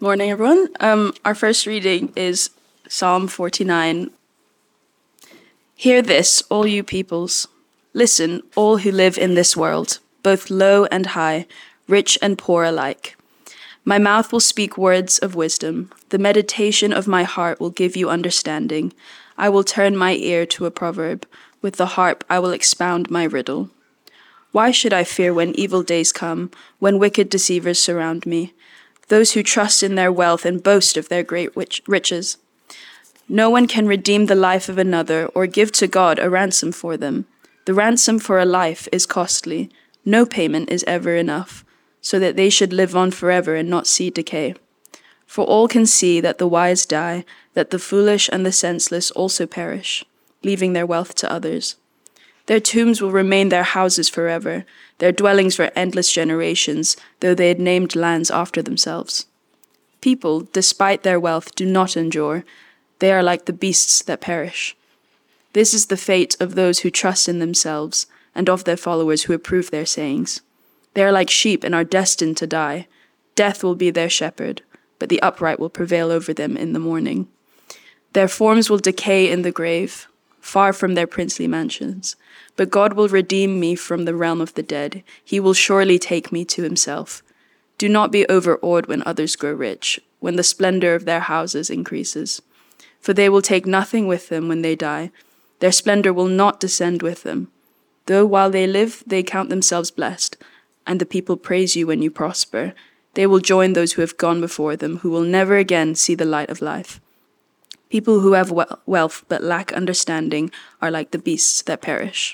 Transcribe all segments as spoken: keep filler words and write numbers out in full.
Morning, everyone. Um, our first reading is Psalm forty-nine. Hear this, all you peoples. Listen, all who live in this world, both low and high, rich and poor alike. My mouth will speak words of wisdom. The meditation of my heart will give you understanding. I will turn my ear to a proverb. With the harp I will expound my riddle. Why should I fear when evil days come, when wicked deceivers surround me? Those who trust in their wealth and boast of their great riches. No one can redeem the life of another or give to God a ransom for them. The ransom for a life is costly. No payment is ever enough, so that they should live on forever and not see decay. For all can see that the wise die, that the foolish and the senseless also perish, leaving their wealth to others. Their tombs will remain their houses forever, their dwellings for endless generations, though they had named lands after themselves. People, despite their wealth, do not endure. They are like the beasts that perish. This is the fate of those who trust in themselves, and of their followers who approve their sayings. They are like sheep and are destined to die. Death will be their shepherd, but the upright will prevail over them in the morning. Their forms will decay in the grave, far from their princely mansions. But God will redeem me from the realm of the dead. He will surely take me to himself. Do not be overawed when others grow rich, when the splendor of their houses increases. For they will take nothing with them when they die. Their splendor will not descend with them. Though while they live, they count themselves blessed, and the people praise you when you prosper. They will join those who have gone before them, who will never again see the light of life. People who have wealth but lack understanding are like the beasts that perish.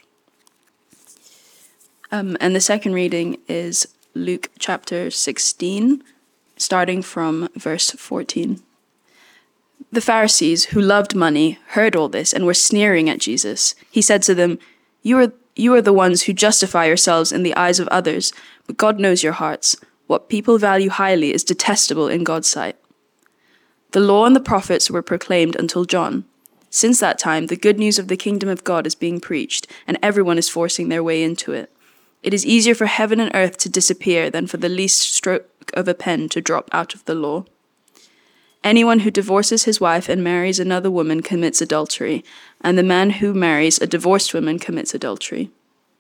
Um, and the second reading is Luke chapter sixteen, starting from verse fourteen. The Pharisees, who loved money, heard all this and were sneering at Jesus. He said to them, You are, you are the ones who justify yourselves in the eyes of others, but God knows your hearts. What people value highly is detestable in God's sight. The law and the prophets were proclaimed until John. Since that time, the good news of the kingdom of God is being preached, and everyone is forcing their way into it. It is easier for heaven and earth to disappear than for the least stroke of a pen to drop out of the law. Anyone who divorces his wife and marries another woman commits adultery, and the man who marries a divorced woman commits adultery.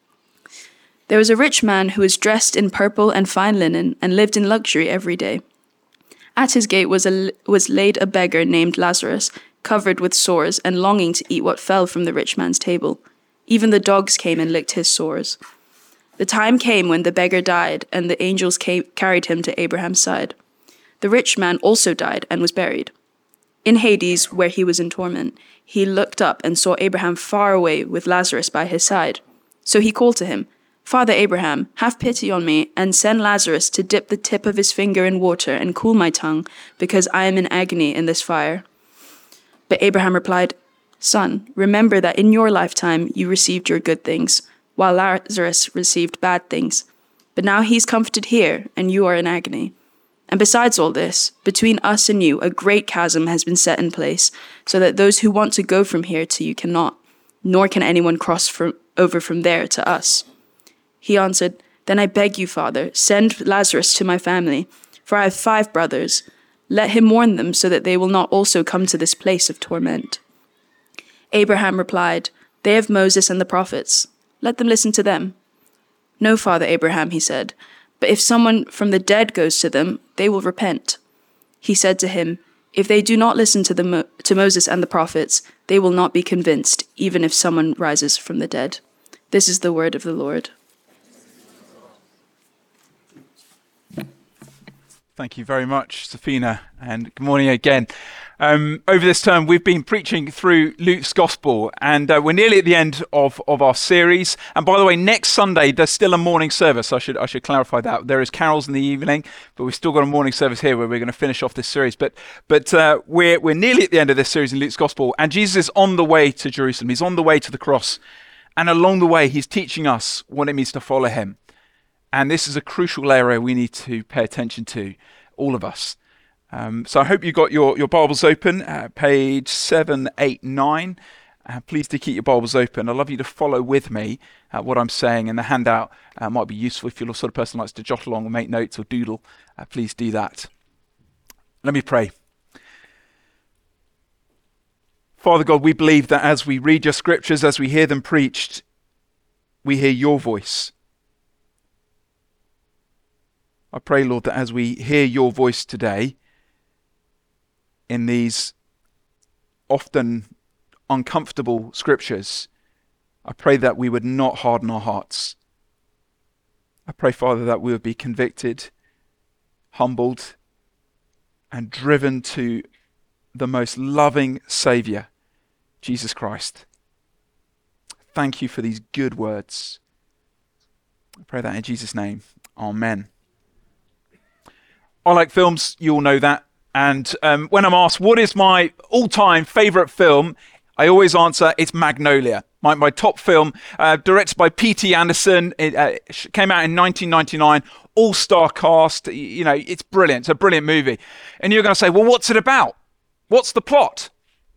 There was a rich man who was dressed in purple and fine linen and lived in luxury every day. At his gate was, a, was laid a beggar named Lazarus, covered with sores and longing to eat what fell from the rich man's table. Even the dogs came and licked his sores. The time came when the beggar died, and the angels came, carried him to Abraham's side. The rich man also died and was buried. In Hades, where he was in torment, he looked up and saw Abraham far away with Lazarus by his side. So he called to him, Father Abraham, have pity on me, and send Lazarus to dip the tip of his finger in water and cool my tongue, because I am in agony in this fire. But Abraham replied, Son, remember that in your lifetime you received your good things, while Lazarus received bad things. But now he's comforted here, and you are in agony. And besides all this, between us and you, a great chasm has been set in place, so that those who want to go from here to you cannot, nor can anyone cross from, over from there to us. He answered, Then I beg you, Father, send Lazarus to my family, for I have five brothers. Let him warn them, so that they will not also come to this place of torment. Abraham replied, They have Moses and the prophets. Let them listen to them. No, Father Abraham, he said, but if someone from the dead goes to them, they will repent. He said to him, If they do not listen to, the Mo- to Moses and the prophets, they will not be convinced, even if someone rises from the dead. This is the word of the Lord. Thank you very much, Safina, and good morning again. Um, over this term, we've been preaching through Luke's Gospel, and uh, we're nearly at the end of, of our series. And by the way, next Sunday, there's still a morning service. I should I should clarify that. There is carols in the evening, but we've still got a morning service here where we're going to finish off this series. But but uh, we're we're nearly at the end of this series in Luke's Gospel, and Jesus is on the way to Jerusalem. He's on the way to the cross, and along the way, he's teaching us what it means to follow him. And this is a crucial area we need to pay attention to, all of us. Um, so I hope you got your, your Bibles open, uh, page seven, eight, nine. Uh, please do keep your Bibles open. I'd love you to follow with me uh, what I'm saying, and the handout uh, might be useful if you're the sort of person who likes to jot along or make notes or doodle. Uh, please do that. Let me pray. Father God, we believe that as we read your scriptures, as we hear them preached, we hear your voice. I pray, Lord, that as we hear your voice today in these often uncomfortable scriptures, I pray that we would not harden our hearts. I pray, Father, that we would be convicted, humbled, and driven to the most loving Saviour, Jesus Christ. Thank you for these good words. I pray that in Jesus' name. Amen. I like films, you all know that. And um, when I'm asked what is my all-time favourite film, I always answer it's Magnolia. My, my top film, uh, directed by P T Anderson. It uh, came out in nineteen ninety-nine. All-star cast. You know, it's brilliant. It's a brilliant movie. And you're going to say, well, what's it about? What's the plot?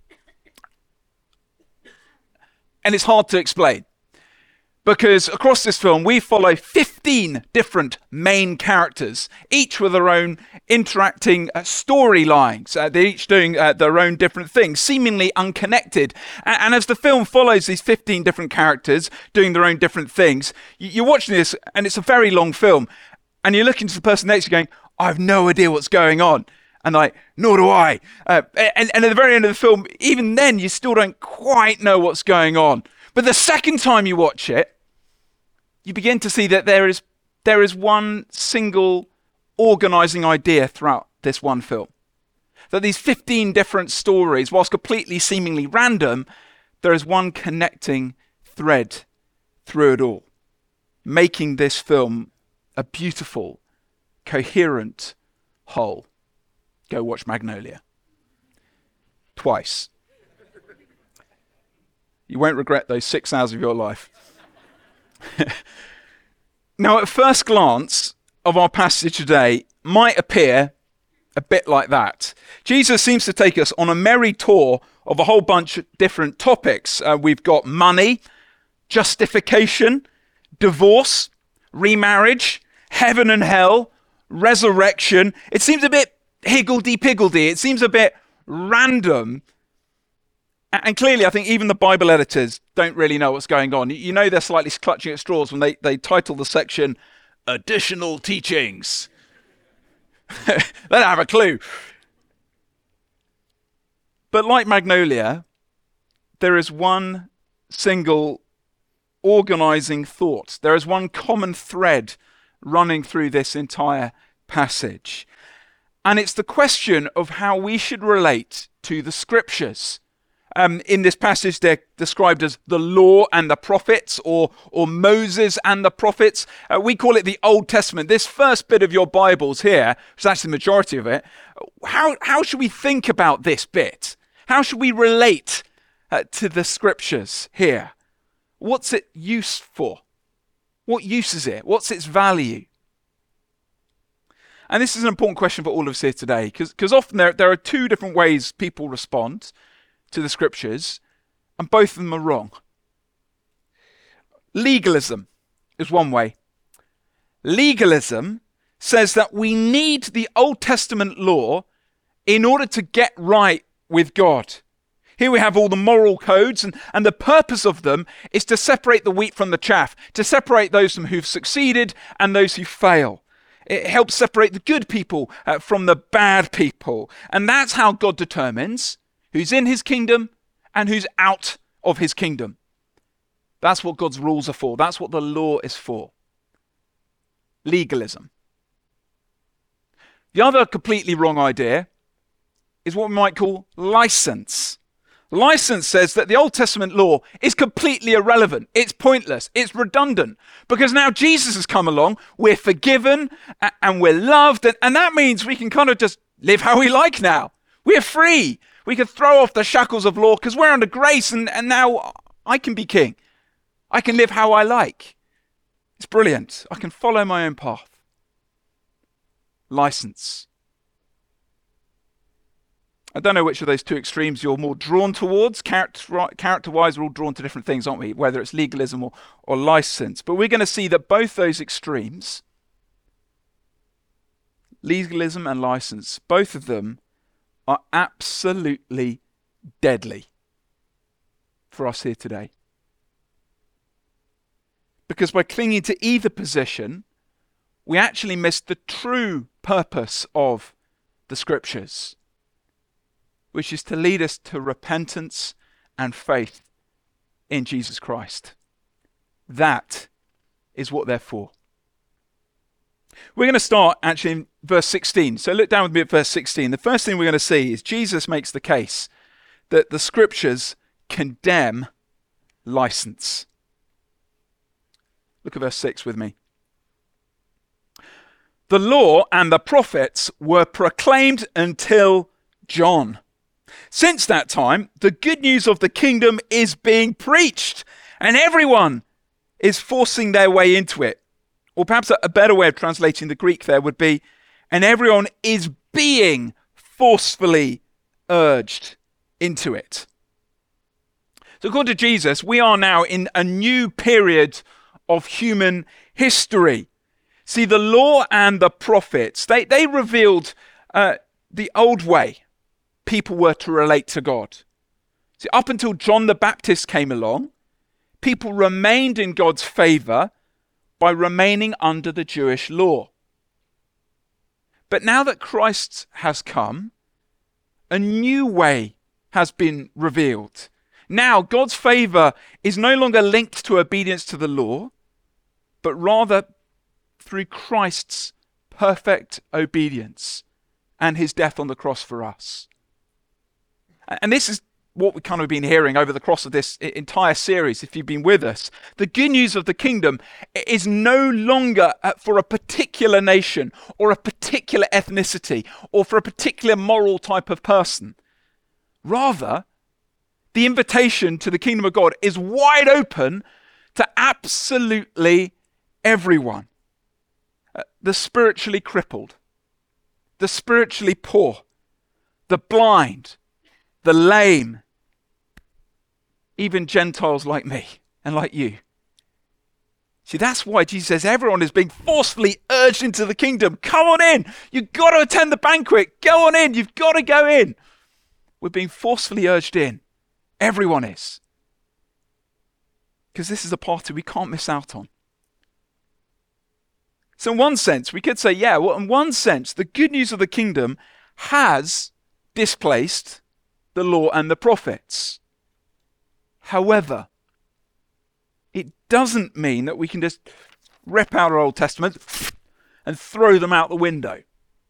And it's hard to explain. Because across this film, we follow fifteen different main characters, each with their own interacting uh, storylines. Uh, they're each doing uh, their own different things, seemingly unconnected. And, and as the film follows these fifteen different characters doing their own different things, you, you're watching this, and it's a very long film. And you're looking to the person next to you going, I have no idea what's going on. And like, nor do I. Uh, and, and at the very end of the film, even then, you still don't quite know what's going on. But the second time you watch it, you begin to see that there is there is one single organizing idea throughout this one film. That these fifteen different stories, whilst completely seemingly random, there is one connecting thread through it all, making this film a beautiful, coherent whole. Go watch Magnolia. Twice. You won't regret those six hours of your life. Now, at first glance of our passage today might appear a bit like that. Jesus seems to take us on a merry tour of a whole bunch of different topics. Uh, we've got money, justification, divorce, remarriage, heaven and hell, resurrection. It seems a bit higgledy-piggledy. It seems a bit random. And clearly, I think even the Bible editors don't really know what's going on. You know they're slightly clutching at straws when they, they title the section, Additional Teachings. They don't have a clue. But like Magnolia, there is one single organizing thought. There is one common thread running through this entire passage. And it's the question of how we should relate to the scriptures. Um, in this passage, they're described as the law and the prophets, or or Moses and the prophets. Uh, we call it the Old Testament. This first bit of your Bibles here, which is actually the majority of it, how, how should we think about this bit? How should we relate uh, to the scriptures here? What's it used for? What use is it? What's its value? And this is an important question for all of us here today, because often there, there are two different ways people respond to the scriptures, and both of them are wrong. Legalism is one way. Legalism says that we need the Old Testament law in order to get right with God. Here we have all the moral codes, and, and the purpose of them is to separate the wheat from the chaff, to separate those who've succeeded and those who fail. It helps separate the good people uh, from the bad people. And that's how God determines who's in his kingdom and who's out of his kingdom. That's what God's rules are for. That's what the law is for. Legalism. The other completely wrong idea is what we might call license. License says that the Old Testament law is completely irrelevant. It's pointless. It's redundant. Because now Jesus has come along, we're forgiven and we're loved. And that means we can kind of just live how we like now. We're free. We can throw off the shackles of law because we're under grace, and, and now I can be king. I can live how I like. It's brilliant. I can follow my own path. License. I don't know which of those two extremes you're more drawn towards. Character, character-wise, we're all drawn to different things, aren't we? Whether it's legalism or, or license. But we're going to see that both those extremes, legalism and license, both of them are absolutely deadly for us here today. Because by clinging to either position, we actually miss the true purpose of the Scriptures, which is to lead us to repentance and faith in Jesus Christ. That is what they're for. We're going to start actually in verse sixteen. So look down with me at verse sixteen. The first thing we're going to see is Jesus makes the case that the Scriptures condemn license. Look at verse six with me. The law and the prophets were proclaimed until John. Since that time, the good news of the kingdom is being preached, and everyone is forcing their way into it. Or perhaps a better way of translating the Greek there would be, and everyone is being forcefully urged into it. So according to Jesus, we are now in a new period of human history. See, the law and the prophets, they, they revealed uh, the old way people were to relate to God. See, up until John the Baptist came along, people remained in God's favor by remaining under the Jewish law. But now that Christ has come, a new way has been revealed. Now, God's favor is no longer linked to obedience to the law, but rather through Christ's perfect obedience and his death on the cross for us. And this is what we've kind of been hearing over the course of this entire series, if you've been with us. The good news of the kingdom is no longer for a particular nation or a particular ethnicity or for a particular moral type of person. Rather, the invitation to the kingdom of God is wide open to absolutely everyone. Uh, the spiritually crippled, the spiritually poor, the blind, the lame, even Gentiles like me and like you. See, that's why Jesus says everyone is being forcefully urged into the kingdom. Come on in. You've got to attend the banquet. Go on in. You've got to go in. We're being forcefully urged in. Everyone is. Because this is a party we can't miss out on. So in one sense, we could say, yeah, well, in one sense, the good news of the kingdom has displaced the law and the prophets. However, it doesn't mean that we can just rip out our Old Testament and throw them out the window.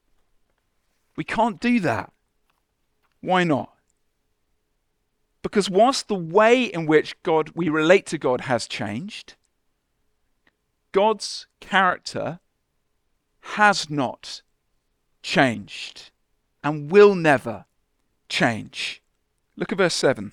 We can't do that. Why not? Because whilst the way in which God we relate to God has changed, God's character has not changed and will never change. Look at verse seven.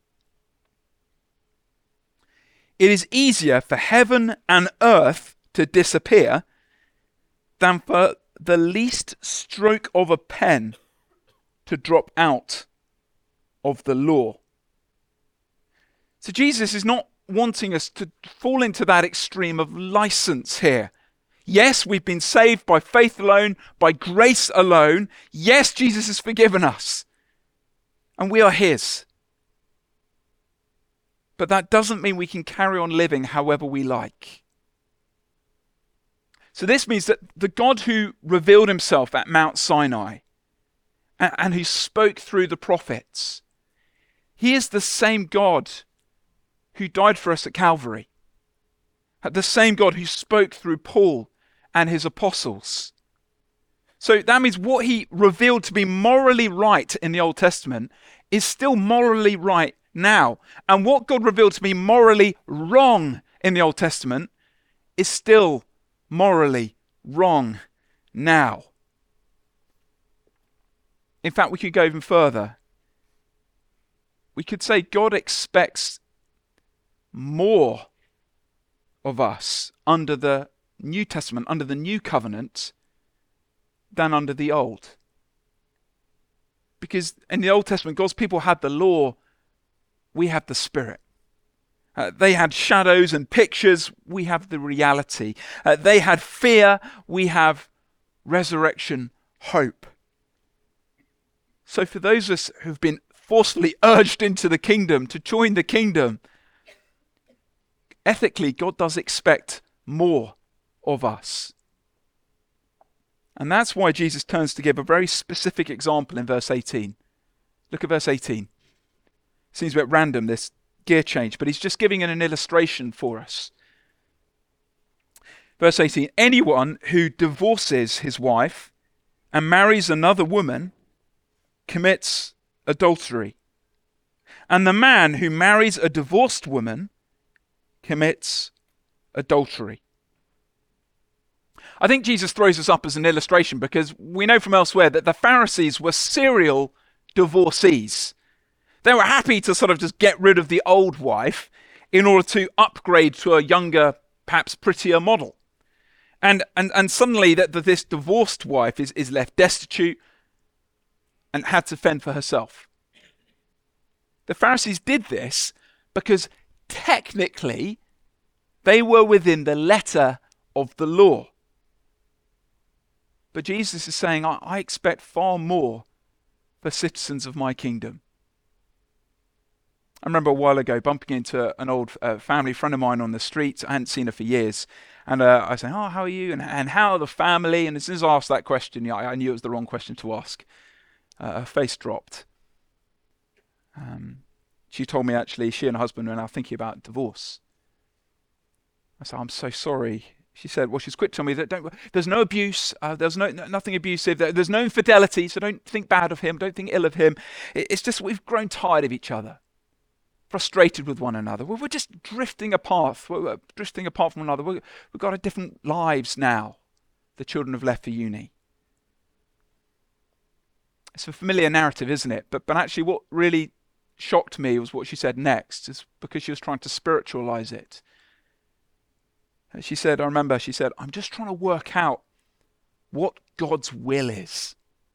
It is easier for heaven and earth to disappear than for the least stroke of a pen to drop out of the law. So Jesus is not wanting us to fall into that extreme of license here. Yes, we've been saved by faith alone, by grace alone. Yes, Jesus has forgiven us. And we are his. But that doesn't mean we can carry on living however we like. So this means that the God who revealed himself at Mount Sinai and, and who spoke through the prophets, he is the same God who died for us at Calvary. The same God who spoke through Paul and his apostles. So that means what he revealed to be morally right in the Old Testament is still morally right now. And what God revealed to be morally wrong in the Old Testament is still morally wrong now. In fact, we could go even further. We could say God expects more of us under the New Testament, under the New Covenant, than under the Old. Because in the Old Testament, God's people had the law, we have the Spirit. Uh, they had shadows and pictures, we have the reality. Uh, they had fear, we have resurrection hope. So for those of us who've been forcefully urged into the kingdom, to join the kingdom, ethically, God does expect more of us. And that's why Jesus turns to give a very specific example in verse eighteen. Look at verse eighteen. Seems a bit random, this gear change, but he's just giving an illustration for us. Verse eighteen, anyone who divorces his wife and marries another woman commits adultery. And the man who marries a divorced woman commits adultery. I think Jesus throws this up as an illustration because we know from elsewhere that the Pharisees were serial divorcees. They were happy to sort of just get rid of the old wife in order to upgrade to a younger, perhaps prettier model. And and, and suddenly that, that this divorced wife is, is left destitute and had to fend for herself. The Pharisees did this because technically they were within the letter of the law. But Jesus is saying, I, I expect far more for citizens of my kingdom. I remember a while ago bumping into an old uh, family friend of mine on the street. I hadn't seen her for years. And uh, I was saying, oh, how are you? And, and how are the family? And as soon as I asked that question, yeah, I, I knew it was the wrong question to ask. Uh, her face dropped. Um, she told me actually she and her husband are now thinking about divorce. I said, I'm so sorry. She said, well, she's quick to tell me that don't, there's no abuse, uh, there's no, no nothing abusive, there, there's no infidelity, so don't think bad of him, don't think ill of him. It, it's just we've grown tired of each other, frustrated with one another. We're, we're just drifting apart, we're, we're drifting apart from one another. We're, we've got a different lives now. The children have left for uni. It's a familiar narrative, isn't it? But, but actually what really shocked me was what she said next, is because she was trying to spiritualize it. She said, I remember, she said, I'm just trying to work out what God's will is.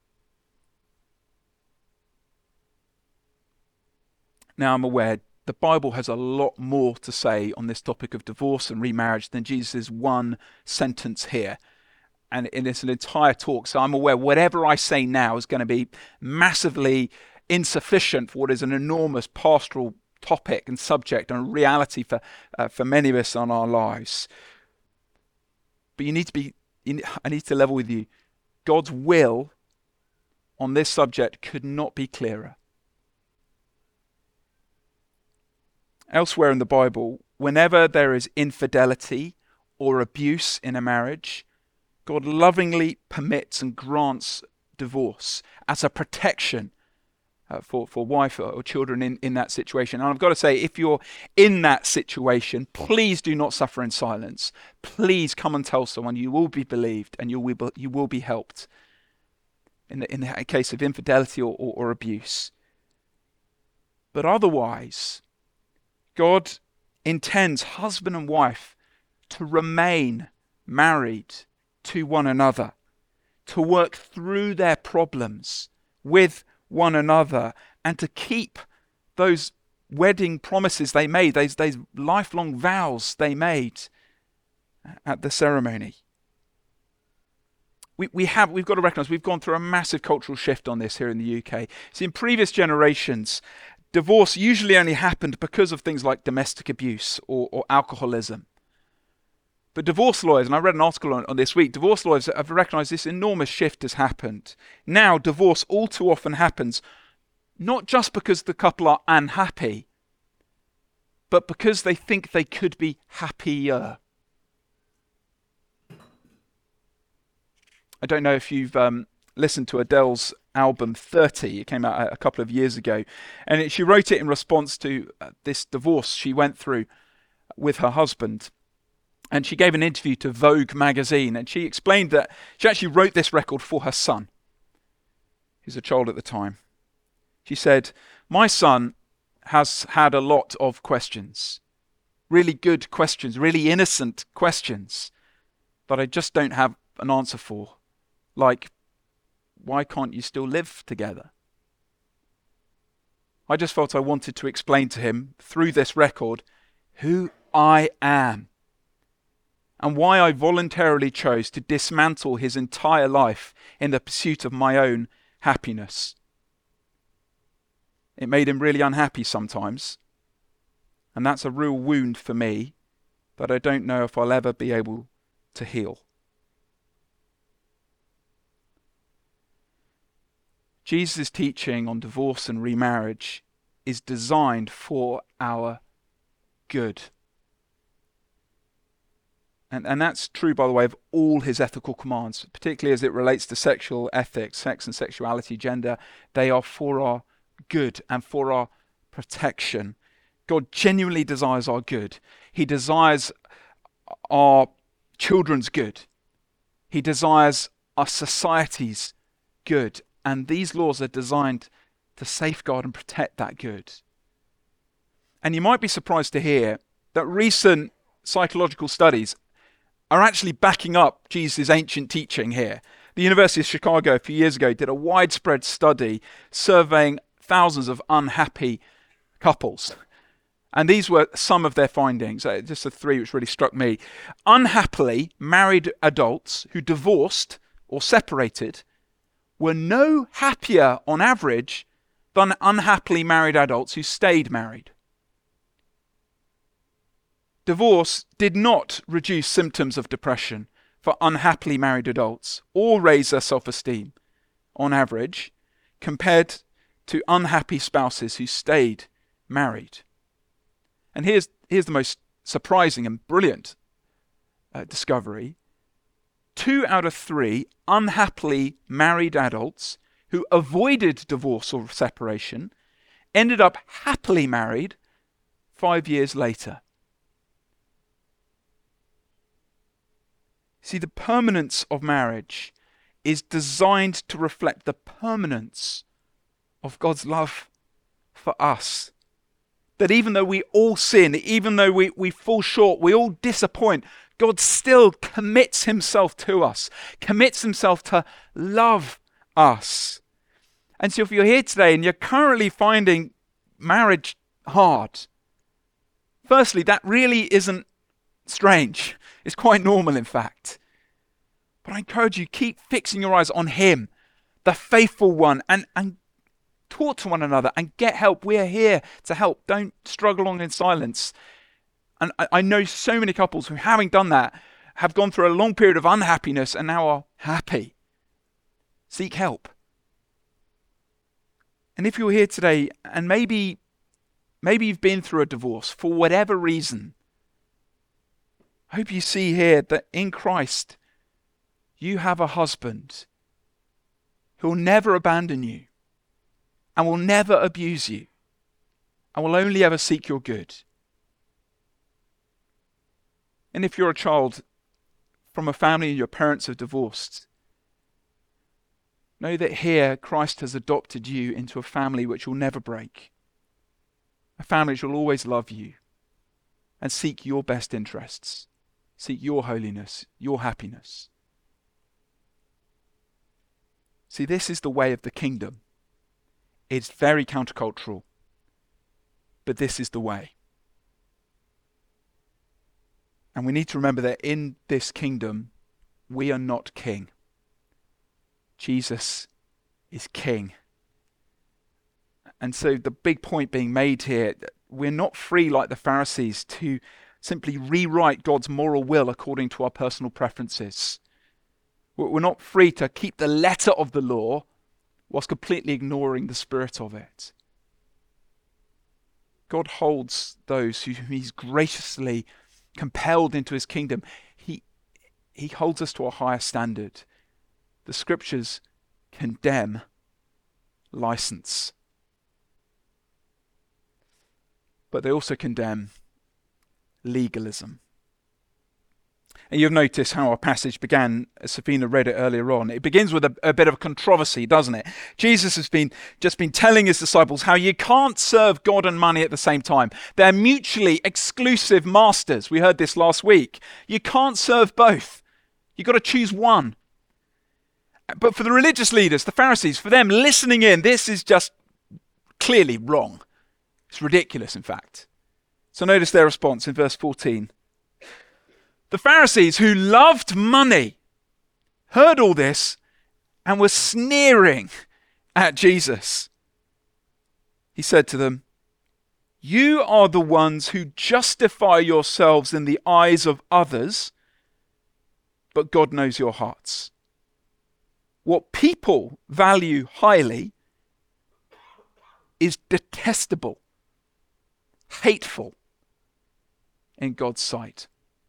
Now, I'm aware the Bible has a lot more to say on this topic of divorce and remarriage than Jesus' one sentence here. And it's an entire talk, so I'm aware whatever I say now is going to be massively insufficient for what is an enormous pastoral topic and subject and reality for uh, for many of us on our lives. But you need to be, you need, I need to level with you. God's will on this subject could not be clearer. Elsewhere in the Bible, whenever there is infidelity or abuse in a marriage, God lovingly permits and grants divorce as a protection Uh, for, for wife or children in, in that situation. And I've got to say, if you're in that situation, please do not suffer in silence. Please come and tell someone. You will be believed and you will be, you will be helped in the, in the case of infidelity or, or, or abuse. But otherwise, God intends husband and wife to remain married to one another, to work through their problems with one another, and to keep those wedding promises they made, those, those lifelong vows they made at the ceremony. We, we have, we've got to recognise we've gone through a massive cultural shift on this here in the U K. See, in previous generations, divorce usually only happened because of things like domestic abuse or, or alcoholism. But divorce lawyers, and I read an article on, on this week, divorce lawyers have recognised this enormous shift has happened. Now divorce all too often happens not just because the couple are unhappy, but because they think they could be happier. I don't know if you've um, listened to Adele's album thirty. It came out a, a couple of years ago. And it, she wrote it in response to uh, this divorce she went through with her husband. And she gave an interview to Vogue magazine, and she explained that she actually wrote this record for her son, who's a child at the time. She said, my son has had a lot of questions, really good questions, really innocent questions that I just don't have an answer for. Like, why can't you still live together? I just felt I wanted to explain to him through this record who I am, and why I voluntarily chose to dismantle his entire life in the pursuit of my own happiness. It made him really unhappy sometimes. And that's a real wound for me that I don't know if I'll ever be able to heal. Jesus' teaching on divorce and remarriage is designed for our good. And, and that's true, by the way, of all his ethical commands, particularly as it relates to sexual ethics, sex and sexuality, gender. They are for our good and for our protection. God genuinely desires our good. He desires our children's good. He desires our society's good. And these laws are designed to safeguard and protect that good. And you might be surprised to hear that recent psychological studies are actually backing up Jesus' ancient teaching here. The University of Chicago a few years ago did a widespread study surveying thousands of unhappy couples. And these were some of their findings, uh, just the three which really struck me. Unhappily married adults who divorced or separated were no happier on average than unhappily married adults who stayed married. Divorce did not reduce symptoms of depression for unhappily married adults or raise their self-esteem on average compared to unhappy spouses who stayed married. And here's, here's the most surprising and brilliant uh, discovery. Two out of three unhappily married adults who avoided divorce or separation ended up happily married five years later. See, the permanence of marriage is designed to reflect the permanence of God's love for us. That even though we all sin, even though we, we fall short, we all disappoint, God still commits himself to us, commits himself to love us. And so if you're here today and you're currently finding marriage hard, firstly, that really isn't strange. It's quite normal, in fact. But I encourage you, keep fixing your eyes on him, the faithful one, and, and talk to one another and get help. We are here to help. Don't struggle on in silence. And I, I know so many couples who, having done that, have gone through a long period of unhappiness and now are happy. Seek help. And if you're here today and maybe, maybe you've been through a divorce for whatever reason, I hope you see here that in Christ, you have a husband who will never abandon you and will never abuse you and will only ever seek your good. And if you're a child from a family and your parents have divorced, know that here Christ has adopted you into a family which will never break, a family which will always love you and seek your best interests. Seek your holiness, your happiness. See, this is the way of the kingdom. It's very countercultural, but this is the way. And we need to remember that in this kingdom, we are not king. Jesus is king. And so the big point being made here, we're not free like the Pharisees to simply rewrite God's moral will according to our personal preferences. We're not free to keep the letter of the law whilst completely ignoring the spirit of it. God holds those who he's graciously compelled into his kingdom. He, he holds us to a higher standard. The scriptures condemn license, but they also condemn legalism. And you've noticed how our passage began, as Safina read it earlier on. It begins with a, a bit of a controversy, doesn't it? Jesus has been just been telling his disciples how you can't serve God and money at the same time. They're mutually exclusive masters. We heard this last week. You can't serve both. You've got to choose one. But for the religious leaders, the Pharisees, for them listening in, this is just clearly wrong. It's ridiculous, in fact. So notice their response in verse fourteen. The Pharisees, who loved money, heard all this and were sneering at Jesus. He said to them, "You are the ones who justify yourselves in the eyes of others, but God knows your hearts. What people value highly is detestable, hateful in God's sight."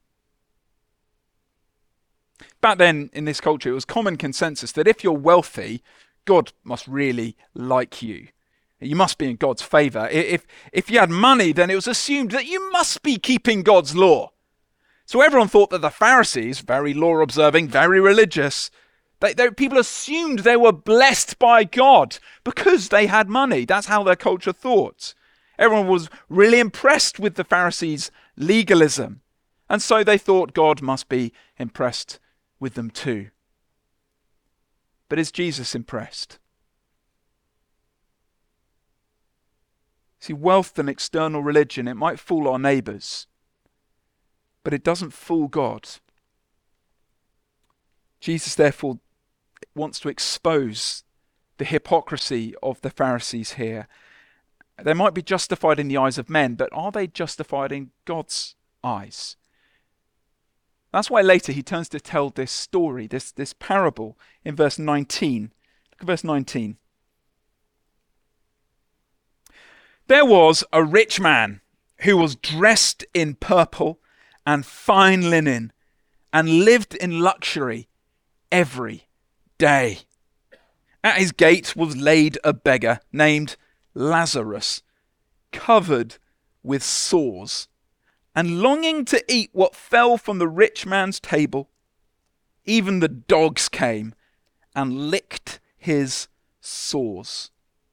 Back then in this culture, it was common consensus that if you're wealthy, God must really like you. You must be in God's favour. If, if you had money, then it was assumed that you must be keeping God's law. So everyone thought that the Pharisees, very law-observing, very religious, they, they, people assumed they were blessed by God because they had money. That's how their culture thought. Everyone was really impressed with the Pharisees' legalism. And so they thought God must be impressed with them too. But is Jesus impressed? See, wealth and external religion, it might fool our neighbours, but it doesn't fool God. Jesus, therefore, wants to expose the hypocrisy of the Pharisees here. They might be justified in the eyes of men, but are they justified in God's eyes? That's why later he turns to tell this story, this, this parable in verse nineteen. Look at verse nineteen. "There was a rich man who was dressed in purple and fine linen and lived in luxury every day. At his gate was laid a beggar named Lazarus, covered with sores, and longing to eat what fell from the rich man's table. Even the dogs came and licked his sores."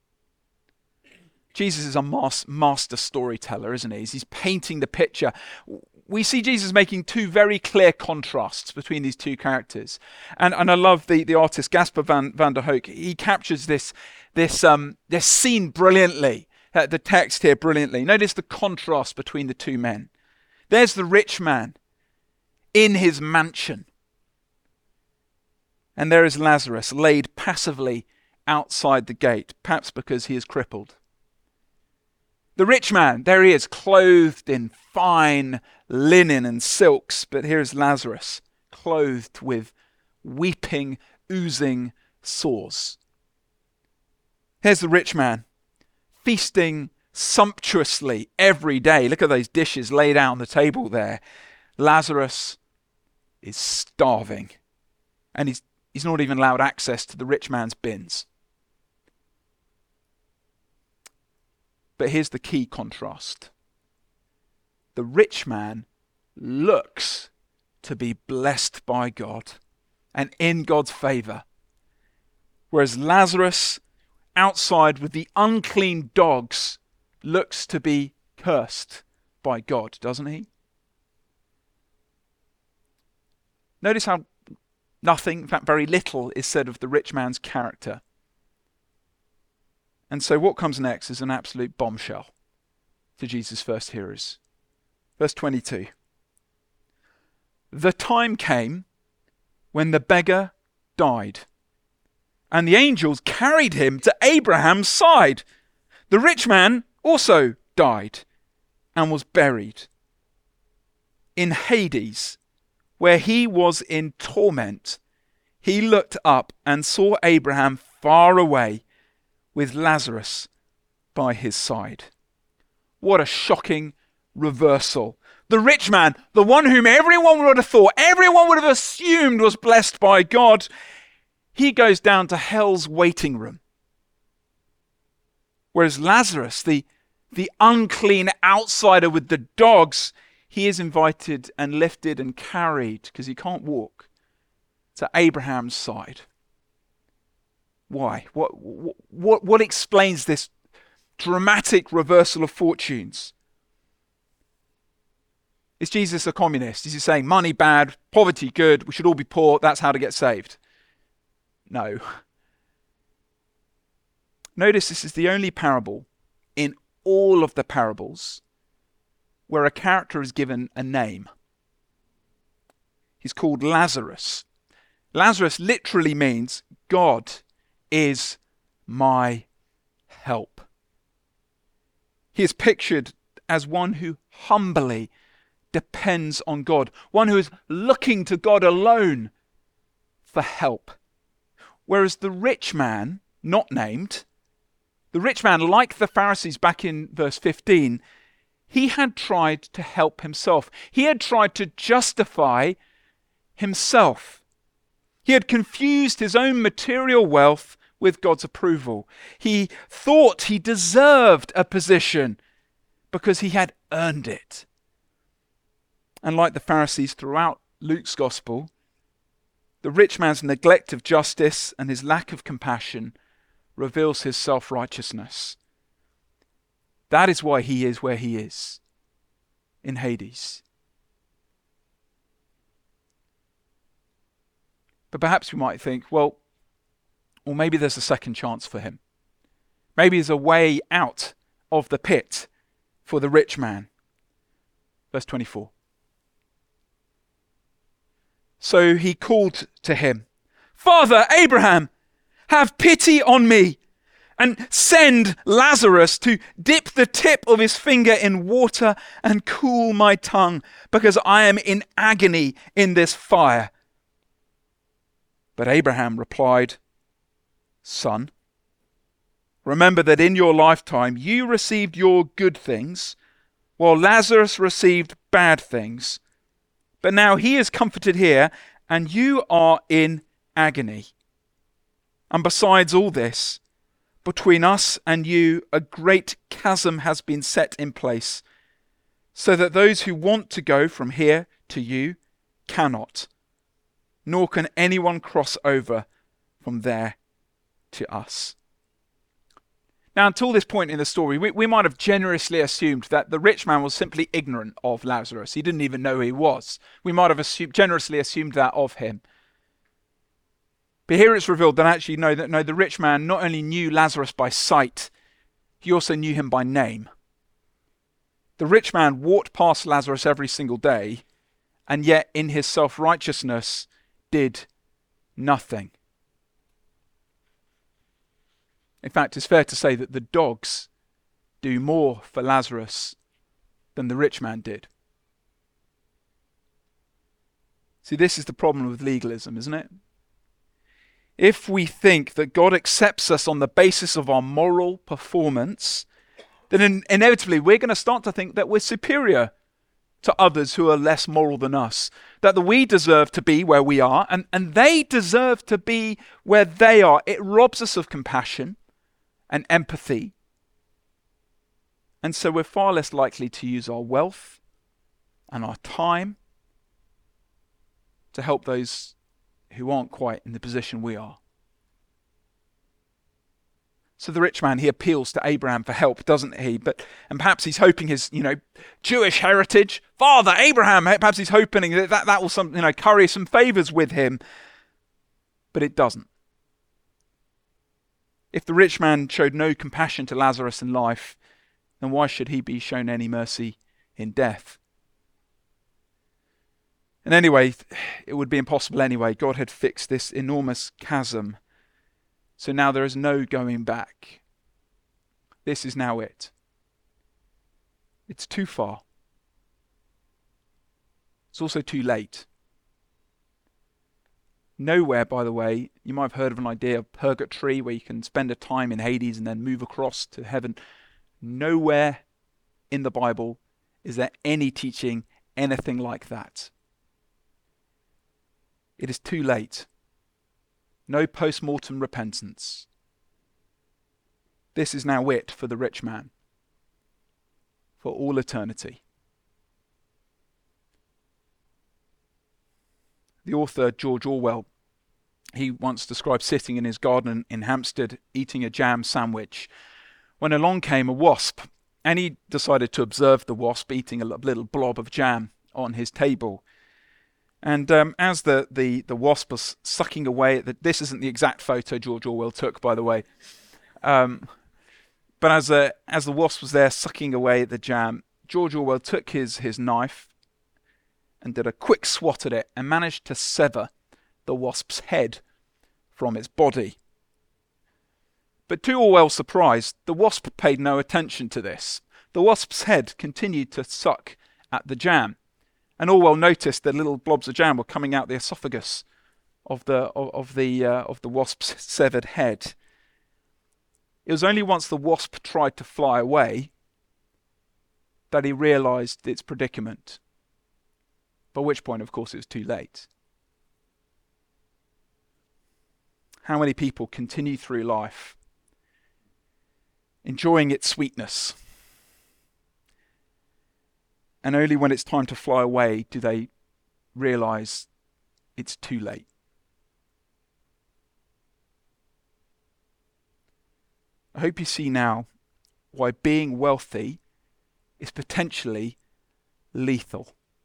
Jesus is a mas- master storyteller, isn't he? He's painting the picture. We see Jesus making two very clear contrasts between these two characters. And and I love the, the artist Gasper van, van der Hoek. He captures this, this, um, this scene brilliantly, uh, the text here brilliantly. Notice the contrast between the two men. There's the rich man in his mansion. And there is Lazarus laid passively outside the gate, perhaps because he is crippled. The rich man, there he is, clothed in fine linen and silks, but here is Lazarus, clothed with weeping, oozing sores. Here's the rich man, feasting sumptuously every day. Look at those dishes laid out on the table there. Lazarus is starving, and he's, he's not even allowed access to the rich man's bins. But here's the key contrast. The rich man looks to be blessed by God and in God's favour, whereas Lazarus, outside with the unclean dogs, looks to be cursed by God, doesn't he? Notice how nothing, in fact very little, is said of the rich man's character. And so what comes next is an absolute bombshell to Jesus' first hearers. Verse twenty-two. "The time came when the beggar died, and the angels carried him to Abraham's side. The rich man also died and was buried. In Hades, where he was in torment, he looked up and saw Abraham far away, with Lazarus by his side." What a shocking reversal. The rich man, the one whom everyone would have thought, everyone would have assumed was blessed by God, he goes down to hell's waiting room. Whereas Lazarus, the, the unclean outsider with the dogs, he is invited and lifted and carried, because he can't walk, to Abraham's side. Why? What, what, what explains this dramatic reversal of fortunes? Is Jesus a communist? Is he saying money bad, poverty good, we should all be poor, that's how to get saved? No. Notice this is the only parable in all of the parables where a character is given a name. He's called Lazarus. Lazarus literally means God is my help. He is pictured as one who humbly depends on God, one who is looking to God alone for help. Whereas the rich man, not named, the rich man, like the Pharisees back in verse fifteen, he had tried to help himself. He had tried to justify himself. He had confused his own material wealth with God's approval. He thought he deserved a position because he had earned it. And like the Pharisees throughout Luke's gospel, the rich man's neglect of justice and his lack of compassion reveals his self-righteousness. That is why he is where he is, in Hades. But perhaps we might think, well, or maybe there's a second chance for him. Maybe there's a way out of the pit for the rich man. Verse twenty-four. So he called to him, Father Abraham, have pity on me, and send Lazarus to dip the tip of his finger in water and cool my tongue, because I am in agony in this fire. But Abraham replied, Son, remember that in your lifetime you received your good things, while Lazarus received bad things. But now he is comforted here, and you are in agony. And besides all this, between us and you a great chasm has been set in place, so that those who want to go from here to you cannot, nor can anyone cross over from there to us. Now, until this point in the story, we, we might have generously assumed that the rich man was simply ignorant of Lazarus. He didn't even know who he was. We might have assumed, generously assumed that of him. But here it's revealed that actually, no, that no, the rich man not only knew Lazarus by sight, he also knew him by name. The rich man walked past Lazarus every single day, and yet in his self-righteousness did nothing. In fact, it's fair to say that the dogs do more for Lazarus than the rich man did. See, this is the problem with legalism, isn't it? If we think that God accepts us on the basis of our moral performance, then in- inevitably we're going to start to think that we're superior to others who are less moral than us, that we deserve to be where we are, and, and they deserve to be where they are. It robs us of compassion and empathy. And so we're far less likely to use our wealth and our time to help those who aren't quite in the position we are. So the rich man, he appeals to Abraham for help, doesn't he? But and perhaps he's hoping his, you know, Jewish heritage, Father Abraham, perhaps he's hoping that that, that will some, you know, curry some favors with him. But it doesn't. If the rich man showed no compassion to Lazarus in life, then why should he be shown any mercy in death? And anyway, it would be impossible anyway. God had fixed this enormous chasm. So now there is no going back. This is now it. It's too far. It's also too late. Nowhere, by the way, you might have heard of an idea of purgatory where you can spend a time in Hades and then move across to heaven. Nowhere in the Bible is there any teaching anything like that. It is too late. No post-mortem repentance. This is now it for the rich man. For all eternity. The author George Orwell, he once described sitting in his garden in Hampstead eating a jam sandwich when along came a wasp, and he decided to observe the wasp eating a little blob of jam on his table. And um, as the, the, the wasp was sucking away at the, this isn't the exact photo George Orwell took, by the way, um, but as a, as the wasp was there sucking away at the jam, George Orwell took his, his knife and did a quick swat at it and managed to sever the wasp's head from its body. But to Orwell's surprise, the wasp paid no attention to this. the wasp's head continued to suck at the jam. And Orwell noticed that little blobs of jam were coming out the esophagus of the of, of the uh, of the wasp's severed head. It was only once the wasp tried to fly away that he realized its predicament. By which point, of course, it was too late. How many people continue through life enjoying its sweetness, and only when it's time to fly away do they realize it's too late? I hope you see now why being wealthy is potentially lethal.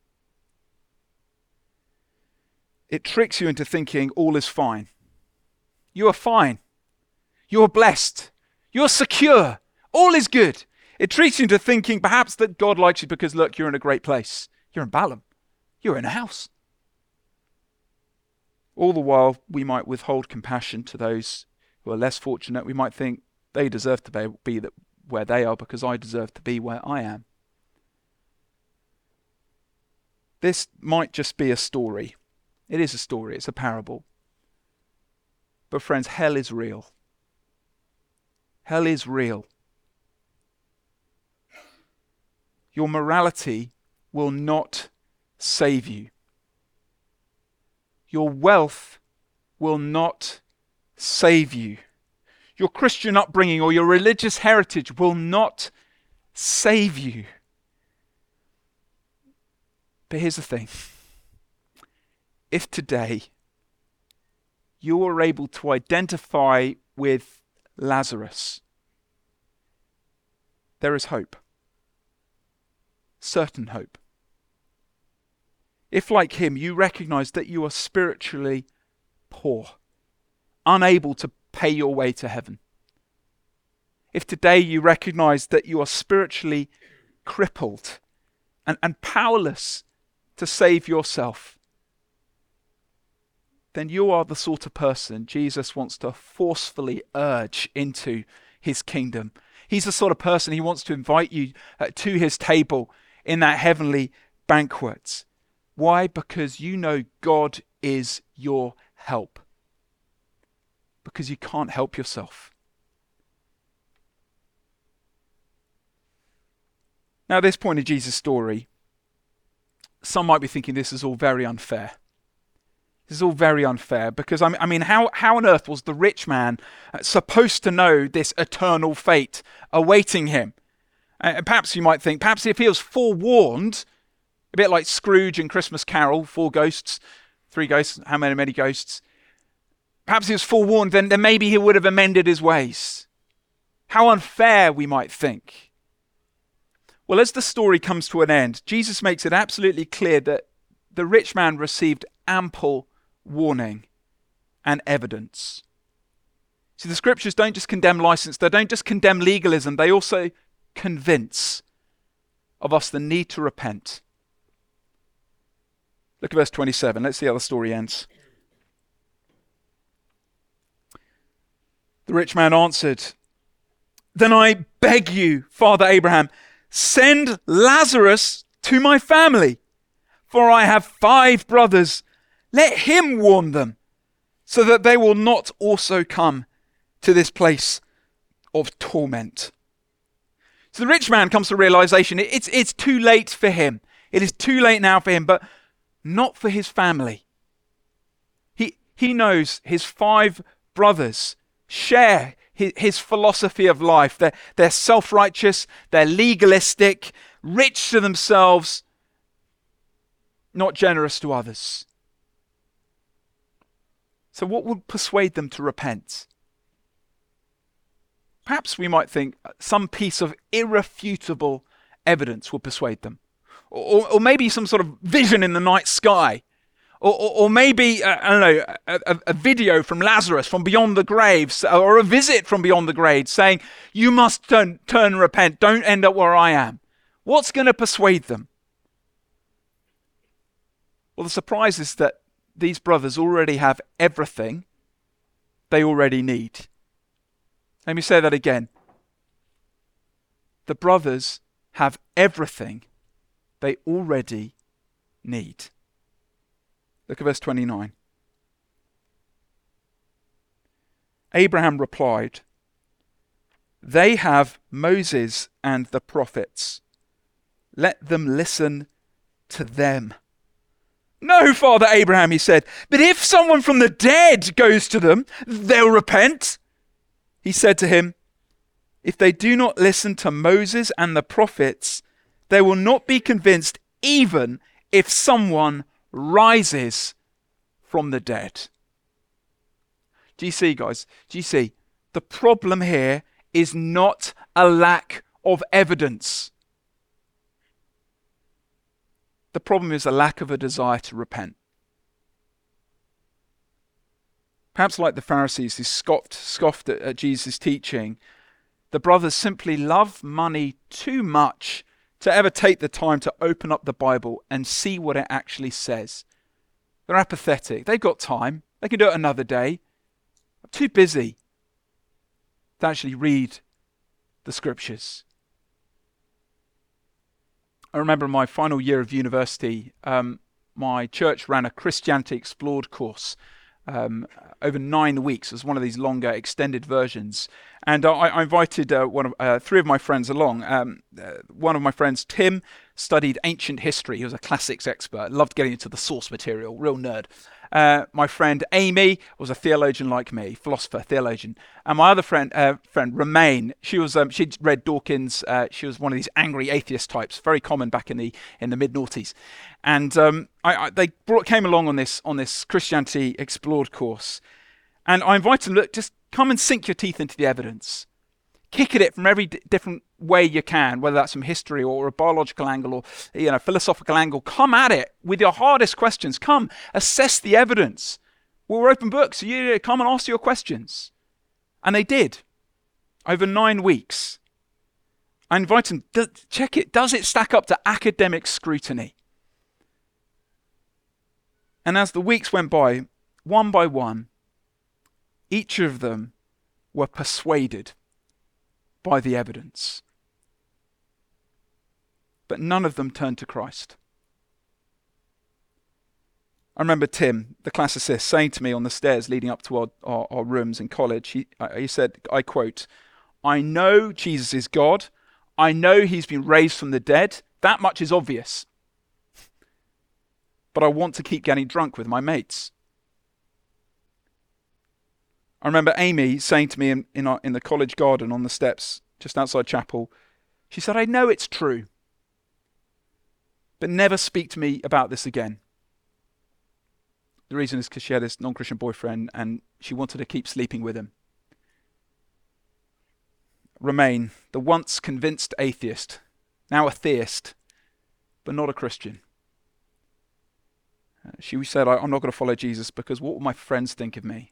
It tricks you into thinking all is fine. You are fine. You are blessed. You are secure. All is good. It tricks you into thinking perhaps that God likes you because, look, you're in a great place. You're in Balaam. You're in a house. All the while, we might withhold compassion to those who are less fortunate. We might think they deserve to be, be that where they are because I deserve to be where I am. This might just be a story. It is a story. It's a parable. But friends, hell is real. Hell is real. Your morality will not save you. Your wealth will not save you. Your Christian upbringing or your religious heritage will not save you. But here's the thing. If today you are able to identify with Lazarus, there is hope. Certain hope. If, like him, you recognize that you are spiritually poor, unable to pay your way to heaven. If today you recognize that you are spiritually crippled and, and powerless to save yourself, then you are the sort of person Jesus wants to forcefully urge into his kingdom. He's the sort of person he wants to invite you uh, to his table in that heavenly banquet. Why? Because you know God is your help. Because you can't help yourself. Now, at this point in Jesus' story, some might be thinking this is all very unfair. This is all very unfair because, I mean, how, how on earth was the rich man supposed to know this eternal fate awaiting him? Uh, perhaps you might think, perhaps if he was forewarned, a bit like Scrooge in Christmas Carol, four ghosts, three ghosts, how many, many ghosts? Perhaps he was forewarned, then, then maybe he would have amended his ways. How unfair, we might think. Well, as the story comes to an end, Jesus makes it absolutely clear that the rich man received ample warning and evidence. See, the scriptures don't just condemn license, they don't just condemn legalism, they also convince of us the need to repent. Look at verse twenty-seven. Let's see how the story ends. The rich man answered, "Then I beg you, Father Abraham, send Lazarus to my family, for I have five brothers. Let him warn them, so that they will not also come to this place of torment." So the rich man comes to realization it's, it's too late for him. It is too late now for him, but not for his family. He, he knows his five brothers share his, his philosophy of life. They're, they're self-righteous, they're legalistic, rich to themselves, not generous to others. So what would persuade them to repent? Perhaps we might think some piece of irrefutable evidence will persuade them. Or, or maybe some sort of vision in the night sky. Or, or, or maybe, uh, I don't know, a, a video from Lazarus from beyond the graves, or a visit from beyond the graves saying, you must turn, turn and repent, don't end up where I am. What's going to persuade them? Well, the surprise is that these brothers already have everything they already need. Let me say that again. The brothers have everything they already need. Look at verse twenty-nine. Abraham replied, "They have Moses and the prophets. Let them listen to them." "No, Father Abraham," he said, "but if someone from the dead goes to them, they'll repent." He said to him, "If they do not listen to Moses and the prophets, they will not be convinced even if someone rises from the dead." Do you see, guys? Do you see? The problem here is not a lack of evidence. The problem is a lack of a desire to repent. Perhaps like the Pharisees who scoffed, scoffed at, at Jesus' teaching, the brothers simply love money too much to ever take the time to open up the Bible and see what it actually says. They're apathetic. They've got time. They can do it another day. I'm too busy to actually read the scriptures. I remember my final year of university, um, my church ran a Christianity Explored course um, over nine weeks. It was one of these longer extended versions. And uh, I, I invited uh, one of, uh, three of my friends along. Um, uh, one of my friends, Tim, studied ancient history. He was a classics expert, loved getting into the source material, real nerd. Uh, my friend Amy was a theologian like me, philosopher, theologian. And my other friend, uh, friend Romaine, she was um, she'd read Dawkins. Uh, she was one of these angry atheist types, very common back in the in the mid noughties. And um, I, I, they brought, came along on this on this Christianity Explored course, and I invited them, look, just come and sink your teeth into the evidence. Kick at it from every d- different way you can, whether that's from history or a biological angle or you know philosophical angle. Come at it with your hardest questions. Come assess the evidence. We're open books. So you come and ask your questions. And they did over nine weeks. I invite them, do, check it. Does it stack up to academic scrutiny? And as the weeks went by, one by one, each of them were persuaded by the evidence. But none of them turned to Christ. I remember Tim, the classicist, saying to me on the stairs leading up to our, our, our rooms in college, he, he said, I quote, "I know Jesus is God. I know he's been raised from the dead. That much is obvious. But I want to keep getting drunk with my mates." I remember Amy saying to me in, in, our, in the college garden on the steps just outside chapel, she said, "I know it's true, but never speak to me about this again." The reason is because she had this non-Christian boyfriend and she wanted to keep sleeping with him. Romaine, the once convinced atheist, now a theist, but not a Christian. Uh, she said, I'm not going to follow Jesus because what will my friends think of me?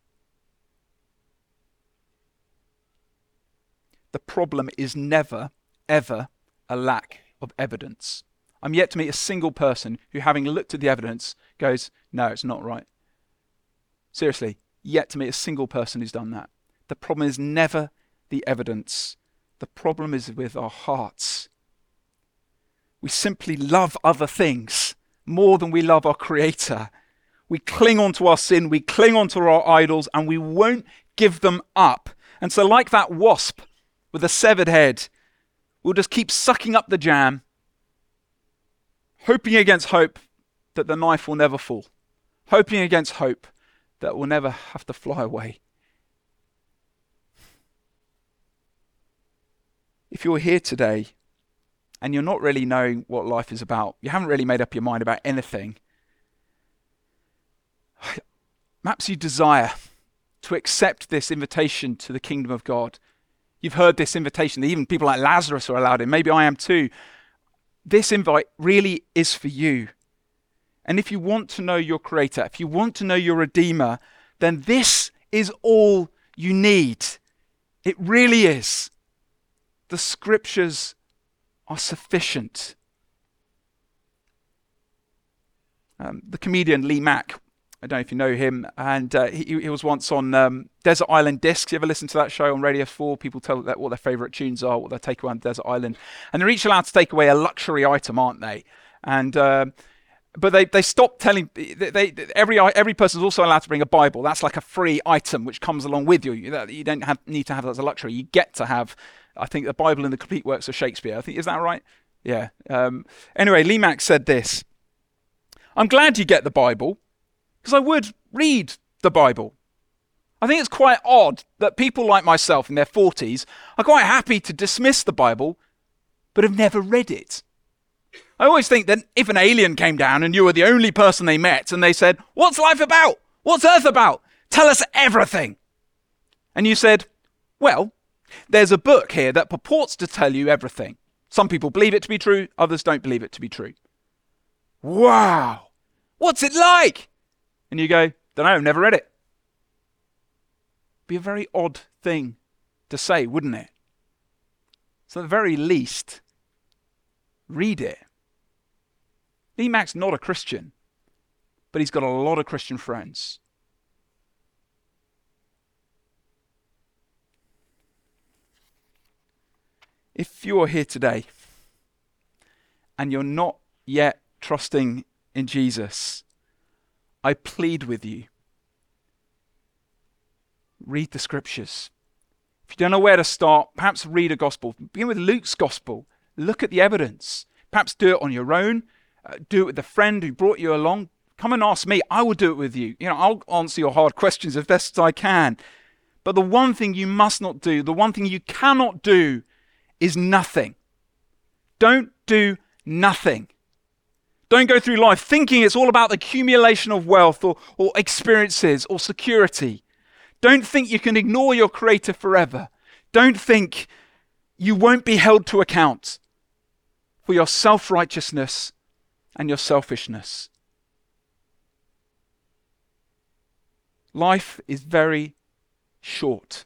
The problem is never, ever a lack of evidence. I'm yet to meet a single person who, having looked at the evidence, goes, no, it's not right. Seriously, yet to meet a single person who's done that. The problem is never the evidence. The problem is with our hearts. We simply love other things more than we love our Creator. We cling on to our sin, we cling on to our idols, and we won't give them up. And so like that wasp with a severed head, we'll just keep sucking up the jam, hoping against hope that the knife will never fall, hoping against hope that we'll never have to fly away. If you're here today and you're not really knowing what life is about, you haven't really made up your mind about anything, perhaps you desire to accept this invitation to the kingdom of God. You've heard this invitation, even people like Lazarus are allowed in. Maybe I am too. This invite really is for you. And if you want to know your Creator, if you want to know your Redeemer, then this is all you need. It really is. The scriptures are sufficient. Um, the comedian Lee Mack I don't know if you know him, and uh, he, he was once on um, Desert Island Discs. You ever listen to that show on Radio four? People tell that what their favourite tunes are, what their takeaway on Desert Island. And they're each allowed to take away a luxury item, aren't they? And uh, but they they stopped telling. They, they every every person's also allowed to bring a Bible. That's like a free item which comes along with you. You, you don't have, need to have that as a luxury. You get to have, I think, the Bible in the complete works of Shakespeare. I think, is that right? Yeah. Um, anyway, Lee Mack said this: "I'm glad you get the Bible, because I would read the Bible. I think it's quite odd that people like myself in their forties are quite happy to dismiss the Bible, but have never read it. I always think that if an alien came down and you were the only person they met and they said, 'What's life about? What's Earth about? Tell us everything.' And you said, 'Well, there's a book here that purports to tell you everything. Some people believe it to be true, others don't believe it to be true. Wow, what's it like?' And you go, 'Don't know, never read it.' Be a very odd thing to say, wouldn't it? So at the very least, read it. Lee Mack's not a Christian, but he's got a lot of Christian friends. If you're here today and you're not yet trusting in Jesus, I plead with you, read the scriptures. If you don't know where to start, perhaps read a gospel. Begin with Luke's gospel. Look at the evidence. Perhaps do it on your own. Uh, do it with the friend who brought you along. Come and ask me. I will do it with you. You know, I'll answer your hard questions as best as I can. But the one thing you must not do, the one thing you cannot do, is nothing. Don't do nothing. Don't go through life thinking it's all about the accumulation of wealth or, or experiences or security. Don't think you can ignore your Creator forever. Don't think you won't be held to account for your self-righteousness and your selfishness. Life is very short.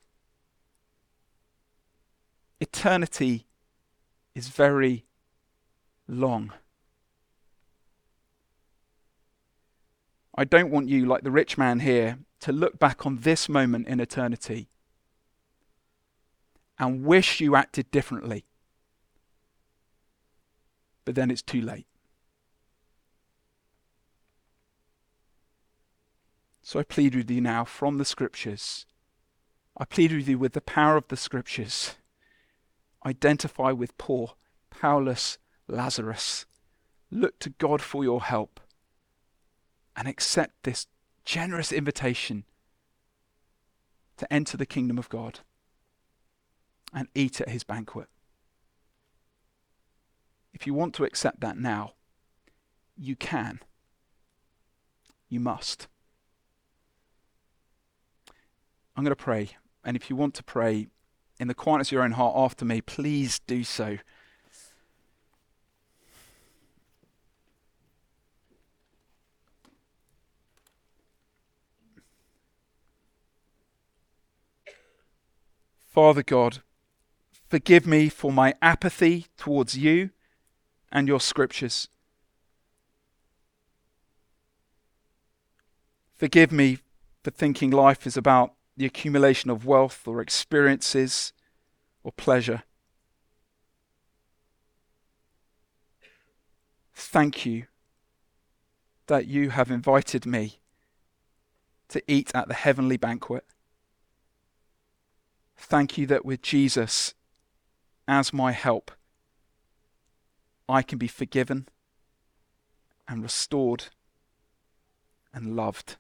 Eternity is very long. I don't want you, like the rich man here, to look back on this moment in eternity and wish you acted differently. But then it's too late. So I plead with you now from the scriptures. I plead with you with the power of the scriptures. Identify with poor, powerless Lazarus. Look to God for your help and accept this generous invitation to enter the kingdom of God and eat at his banquet. If you want to accept that now, you can. You must. I'm going to pray, and if you want to pray in the quietness of your own heart after me, please do so. Father God, forgive me for my apathy towards you and your scriptures. Forgive me for thinking life is about the accumulation of wealth or experiences or pleasure. Thank you that you have invited me to eat at the heavenly banquet. Thank you that with Jesus as my help, I can be forgiven and restored and loved.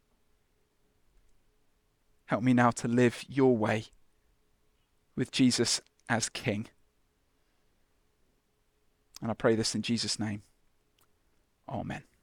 Help me now to live your way with Jesus as King. And I pray this in Jesus' name. Amen.